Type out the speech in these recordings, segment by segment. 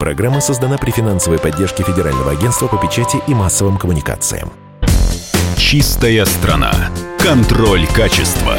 Программа создана при финансовой поддержке Федерального агентства по печати и массовым коммуникациям. Чистая страна. Контроль качества.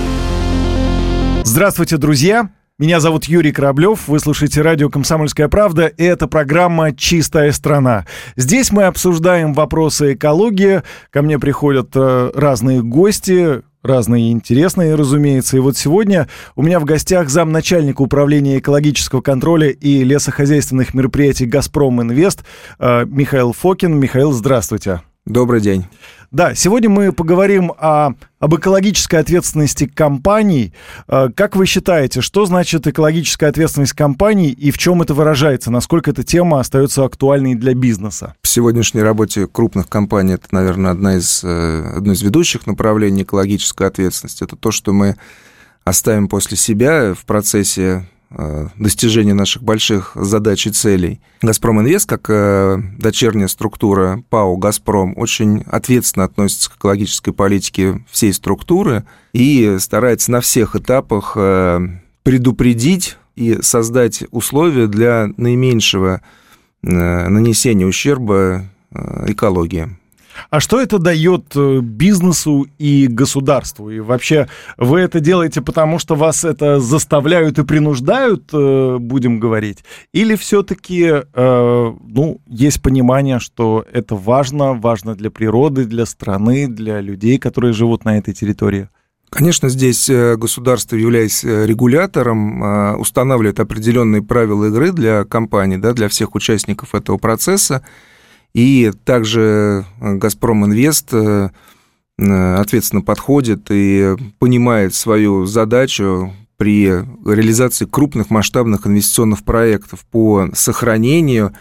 Здравствуйте, друзья! Меня зовут Юрий Кораблев, вы слушаете радио «Комсомольская правда», и это программа «Чистая страна». Здесь мы обсуждаем вопросы экологии, ко мне приходят разные гости, разные интересные, разумеется. И вот сегодня у меня в гостях замначальника управления экологического контроля и лесохозяйственных мероприятий «Газпром Инвест» Михаил Фокин. Михаил, здравствуйте. Добрый день. Да, сегодня мы поговорим об экологической ответственности компаний. Как вы считаете, что значит экологическая ответственность компаний и в чем это выражается? Насколько эта тема остается актуальной для бизнеса? В сегодняшней работе крупных компаний это, наверное, одно из ведущих направлений экологической ответственности. Это то, что мы оставим после себя в процессе достижения наших больших задач и целей. «Газпром Инвест», как дочерняя структура ПАО «Газпром», очень ответственно относится к экологической политике всей структуры и старается на всех этапах предупредить и создать условия для наименьшего нанесения ущерба экологии. А что это дает бизнесу и государству? И вообще, вы это делаете, потому что вас это заставляют и принуждают, будем говорить? Или все-таки, есть понимание, что это важно для природы, для страны, для людей, которые живут на этой территории? Конечно, здесь государство, являясь регулятором, устанавливает определенные правила игры для компаний, для всех участников этого процесса. И также «Газпром Инвест» ответственно подходит и понимает свою задачу при реализации крупных масштабных инвестиционных проектов по сохранению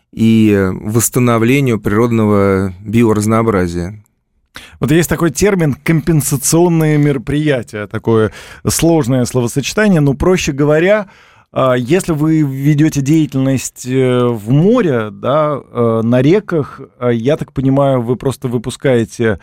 и восстановлению природного биоразнообразия. Вот есть такой термин «компенсационные мероприятия», такое сложное словосочетание, но, проще говоря, если вы ведете деятельность в море, на реках, я так понимаю, вы просто выпускаете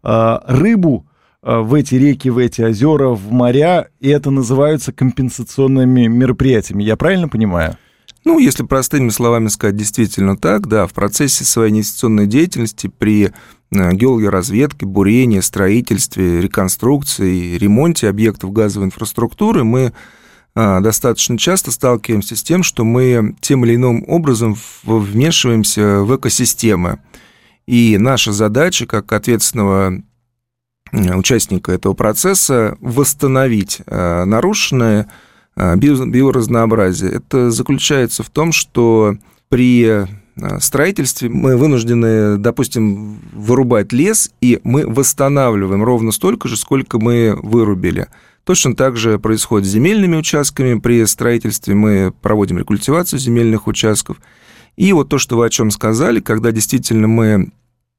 рыбу в эти реки, в эти озера, в моря, и это называются компенсационными мероприятиями. Я правильно понимаю? Если простыми словами сказать, действительно так, в процессе своей инвестиционной деятельности при геологоразведке, бурении, строительстве, реконструкции, ремонте объектов газовой инфраструктуры мы достаточно часто сталкиваемся с тем, что мы тем или иным образом вмешиваемся в экосистемы. И наша задача, как ответственного участника этого процесса, восстановить нарушенное биоразнообразие. Это заключается в том, что при строительстве мы вынуждены, допустим, вырубать лес, и мы восстанавливаем ровно столько же, сколько мы вырубили. Точно так же происходит с земельными участками. При строительстве мы проводим рекультивацию земельных участков. И вот то, что вы о чем сказали, когда действительно мы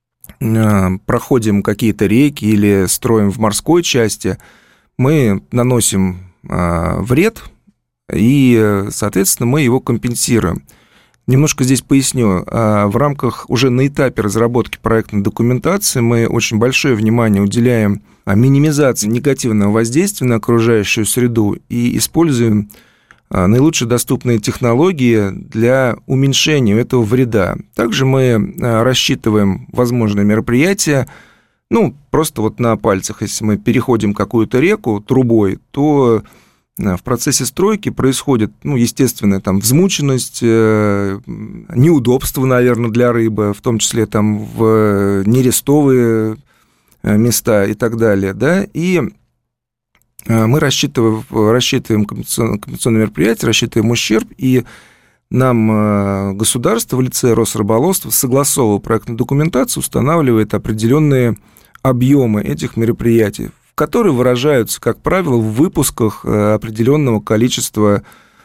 проходим какие-то реки или строим в морской части, мы наносим вред, и, соответственно, мы его компенсируем. Немножко здесь поясню. В рамках уже на этапе разработки проектной документации мы очень большое внимание уделяем минимизации негативного воздействия на окружающую среду и используем наилучшие доступные технологии для уменьшения этого вреда. Также мы рассчитываем возможные мероприятия, просто на пальцах. Если мы переходим какую-то реку трубой, то в процессе стройки происходит, естественная взмученность, неудобства, наверное, для рыбы, в том числе в нерестовые места и так далее, и мы рассчитываем компенсационные мероприятия, рассчитываем ущерб, и нам государство в лице Росрыболовства, согласовывая проектную документацию, устанавливает определенные объемы этих мероприятий, которые выражаются, как правило, в выпусках определенного количества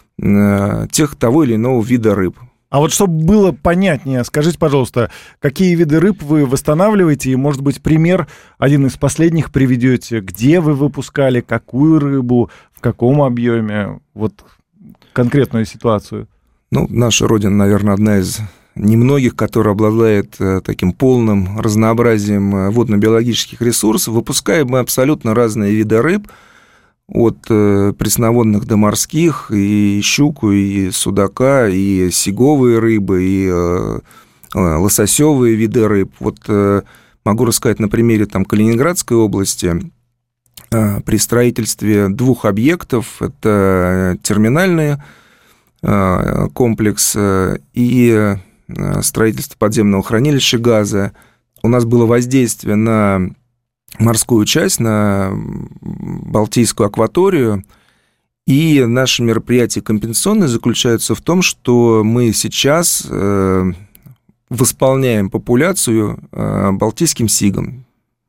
того или иного вида рыб. А вот чтобы было понятнее, скажите, пожалуйста, какие виды рыб вы восстанавливаете, и, может быть, пример, один из последних приведете, где вы выпускали, какую рыбу, в каком объеме, конкретную ситуацию? Наша Родина, наверное, одна из немногих, которая обладает таким полным разнообразием водно-биологических ресурсов. Выпускаем мы абсолютно разные виды рыб, от пресноводных до морских, и щуку, и судака, и сиговые рыбы, и лососевые виды рыб. Вот могу рассказать на примере там, Калининградской области. При строительстве 2 объектов, это терминальный комплекс и строительство подземного хранилища газа, у нас было воздействие на морскую часть, на Балтийскую акваторию, и наши мероприятия компенсационные заключаются в том, что мы сейчас восполняем популяцию балтийским сигом.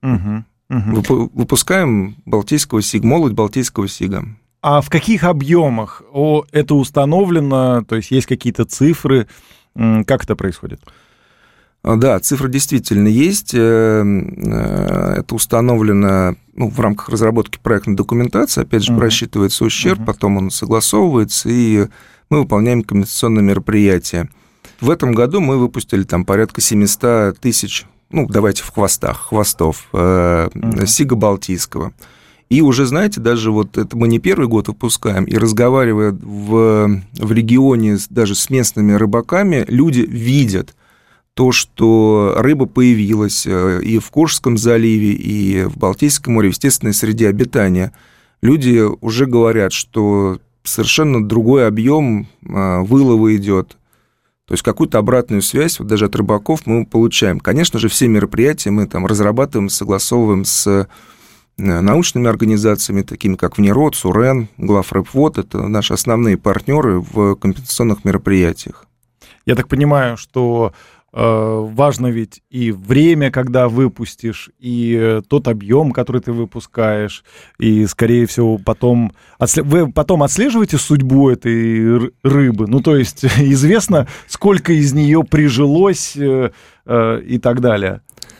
Выпускаем балтийского сига, молоть балтийского сига. А в каких объемах это установлено? То есть есть какие-то цифры? Как это происходит? Да, цифры действительно есть. Это установлено в рамках разработки проектной документации. Опять же, просчитывается ущерб, потом он согласовывается, и мы выполняем компенсационные мероприятия. В этом году мы выпустили там порядка 700 тысяч, давайте в хвостов сига балтийского. И уже, знаете, даже вот это мы не первый год выпускаем, и разговаривая в регионе даже с местными рыбаками, люди видят то, что рыба появилась и в Куршском заливе, и в Балтийском море, в естественной среде обитания. Люди уже говорят, что совершенно другой объем вылова идет. То есть какую-то обратную связь вот даже от рыбаков мы получаем. Конечно же, все мероприятия мы там разрабатываем, согласовываем с научными организациями, такими как ВНИРОД, СУРЭН, Главрыбвод. Это наши основные партнеры в компенсационных мероприятиях. Я так понимаю, что важно ведь и время, когда выпустишь, и тот объем, который ты выпускаешь, и, скорее всего, вы потом отслеживаете судьбу этой рыбы? То есть известно, сколько из нее прижилось и так далее?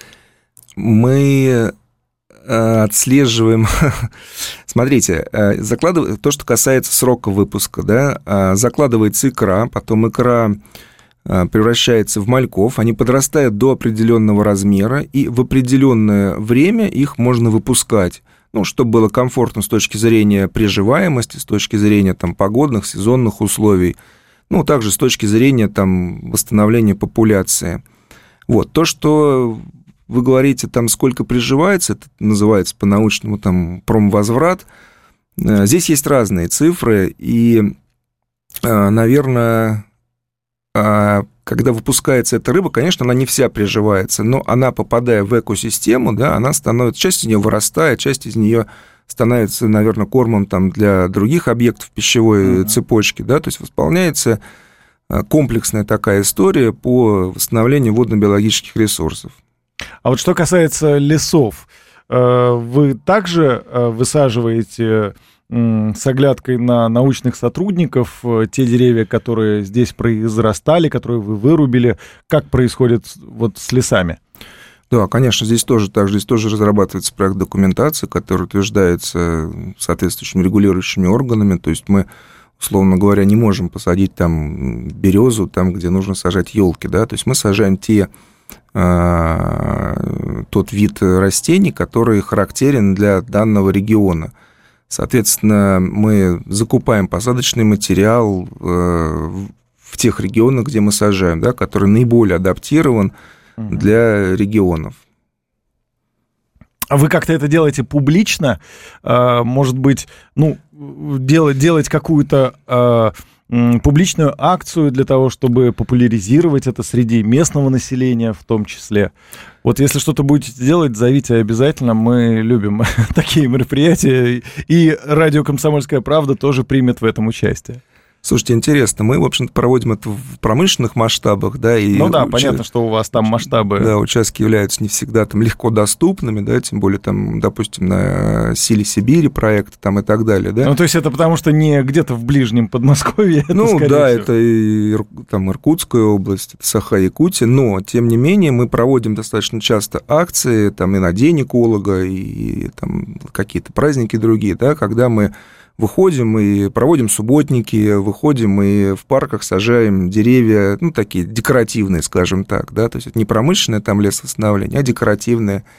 Мы отслеживаем... Смотрите, то, что касается срока выпуска, да, закладывается икра, потом икра превращается в мальков, они подрастают до определенного размера, и в определенное время их можно выпускать, чтобы было комфортно с точки зрения приживаемости, с точки зрения там, погодных, сезонных условий, также с точки зрения там, восстановления популяции. Вот. То, что вы говорите, там, сколько приживается, это называется по-научному там, промвозврат, здесь есть разные цифры, и, наверное... Когда выпускается эта рыба, конечно, она не вся приживается, но она, попадая в экосистему, да, она становится, часть из нее вырастает, часть из нее становится, наверное, кормом там, для других объектов пищевой цепочки, да, то есть восполняется комплексная такая история по восстановлению водно-биологических ресурсов. А вот что касается лесов, вы также высаживаете с оглядкой на научных сотрудников те деревья, которые здесь произрастали, которые вы вырубили? Как происходит вот с лесами? Да, конечно, здесь тоже разрабатывается проект документации, который утверждается соответствующими регулирующими органами. То есть мы, условно говоря, не можем посадить там березу, там, где нужно сажать елки, да. То есть мы сажаем тот вид растений, который характерен для данного региона. Соответственно, мы закупаем посадочный материал в тех регионах, где мы сажаем, да, который наиболее адаптирован для регионов. А вы как-то это делаете публично? Может быть, делать какую-то публичную акцию для того, чтобы популяризировать это среди местного населения в том числе? Вот если что-то будете делать, зовите обязательно, мы любим такие мероприятия, и радио «Комсомольская правда» тоже примет в этом участие. Слушайте, интересно, мы, в общем-то, проводим это в промышленных масштабах, да, и... понятно, что у вас там масштабы... Да, участки являются не всегда там легко доступными, да, тем более там, допустим, на Силе Сибири проект там и так далее, да. То есть это потому, что не где-то в ближнем Подмосковье? Это и там Иркутская область, это Саха-Якутия, но, тем не менее, мы проводим достаточно часто акции, там, и на День эколога, и там какие-то праздники другие, да, когда мы выходим и проводим субботники, выходим и в парках сажаем деревья, такие декоративные, скажем так, да, то есть это не промышленное там лесовосстановление, а декоративное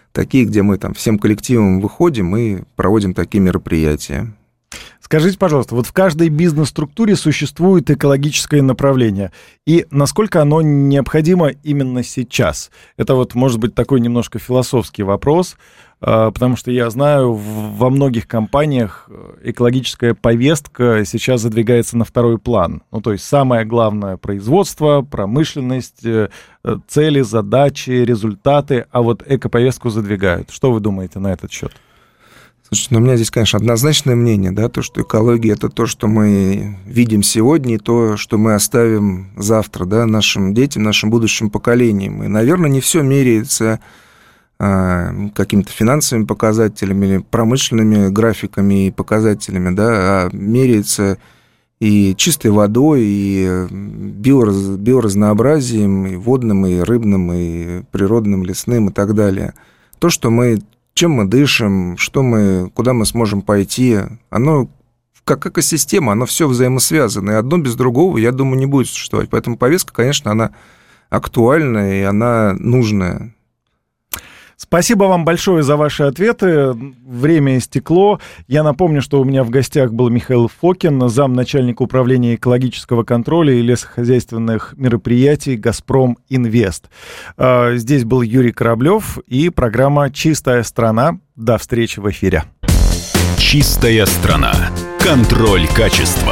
такие, где мы там всем коллективом выходим и проводим такие мероприятия. Скажите, пожалуйста, вот в каждой бизнес-структуре существует экологическое направление, и насколько оно необходимо именно сейчас? Это вот, может быть, такой немножко философский вопрос, потому что я знаю, во многих компаниях экологическая повестка сейчас задвигается на второй план. Ну, то есть самое главное — производство, промышленность, цели, задачи, результаты, а вот экоповестку задвигают. Что вы думаете на этот счет? Слушайте, у меня здесь, конечно, однозначное мнение, да, то, что экология – это то, что мы видим сегодня, и то, что мы оставим завтра, да, нашим детям, нашим будущим поколениям. И, наверное, не все меряется какими-то финансовыми показателями или промышленными графиками и показателями, да, а меряется и чистой водой, и биоразнообразием, и водным, и рыбным, и природным, лесным, и так далее. То, что мы... чем мы дышим, куда мы сможем пойти, оно как экосистема, оно все взаимосвязано, и одно без другого, я думаю, не будет существовать. Поэтому повестка, конечно, она актуальная, и она нужная. Спасибо вам большое за ваши ответы. Время истекло. Я напомню, что у меня в гостях был Михаил Фокин, замначальника управления экологического контроля и лесохозяйственных мероприятий «Газпром Инвест». Здесь был Юрий Кораблев и программа «Чистая страна». До встречи в эфире. «Чистая страна». Контроль качества.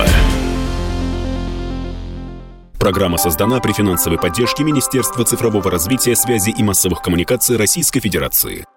Программа создана при финансовой поддержке Министерства цифрового развития, связи и массовых коммуникаций Российской Федерации.